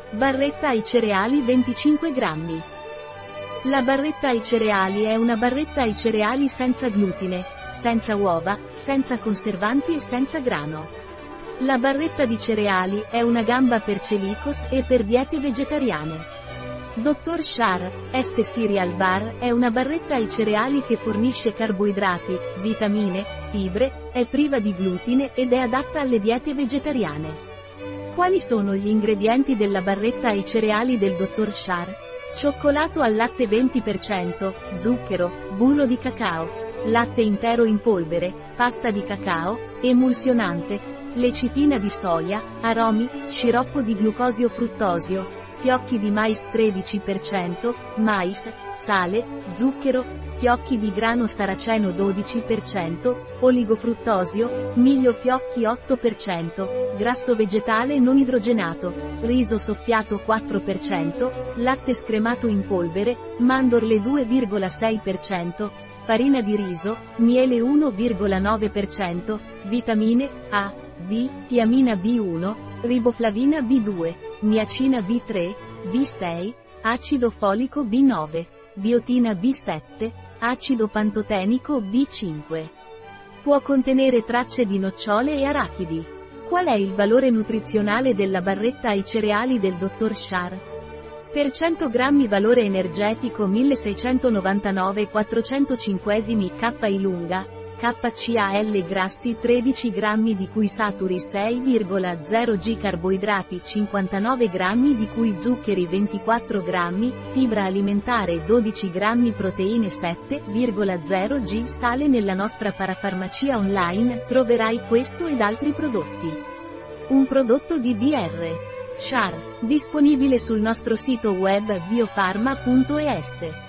Barretta ai cereali 25 grammi. La barretta ai cereali è una barretta ai cereali senza glutine, senza uova, senza conservanti e senza grano. La barretta di cereali è una gamba per celicos e per diete vegetariane. Dr. Shar S Cereal Bar è una barretta ai cereali che fornisce carboidrati, vitamine, fibre, è priva di glutine ed è adatta alle diete vegetariane. Quali sono gli ingredienti della barretta ai cereali del Dr. Shar? Cioccolato al latte 20%, zucchero, burro di cacao, latte intero in polvere, pasta di cacao, emulsionante, lecitina di soia, aromi, sciroppo di glucosio fruttosio, fiocchi di mais 13%, mais, sale, zucchero, fiocchi di grano saraceno 12%, oligofruttosio, miglio fiocchi 8%, grasso vegetale non idrogenato, riso soffiato 4%, latte scremato in polvere, mandorle 2,6%, farina di riso, miele 1,9%, vitamine A, D, tiamina B1, riboflavina B2, niacina B3, B6, acido folico B9, biotina B7, acido pantotenico B5. Può contenere tracce di nocciole e arachidi. Qual è il valore nutrizionale della barretta ai cereali del Dr. Shar? Per 100 grammi valore energetico 1699 405 Ki lunga, KCAL grassi 13 grammi di cui saturi 6,0 G carboidrati 59 grammi di cui zuccheri 24 grammi, fibra alimentare 12 grammi proteine 7,0 G sale. Nella nostra parafarmacia online troverai questo ed altri prodotti. Un prodotto di Dr. Shar, disponibile sul nostro sito web biofarma.es.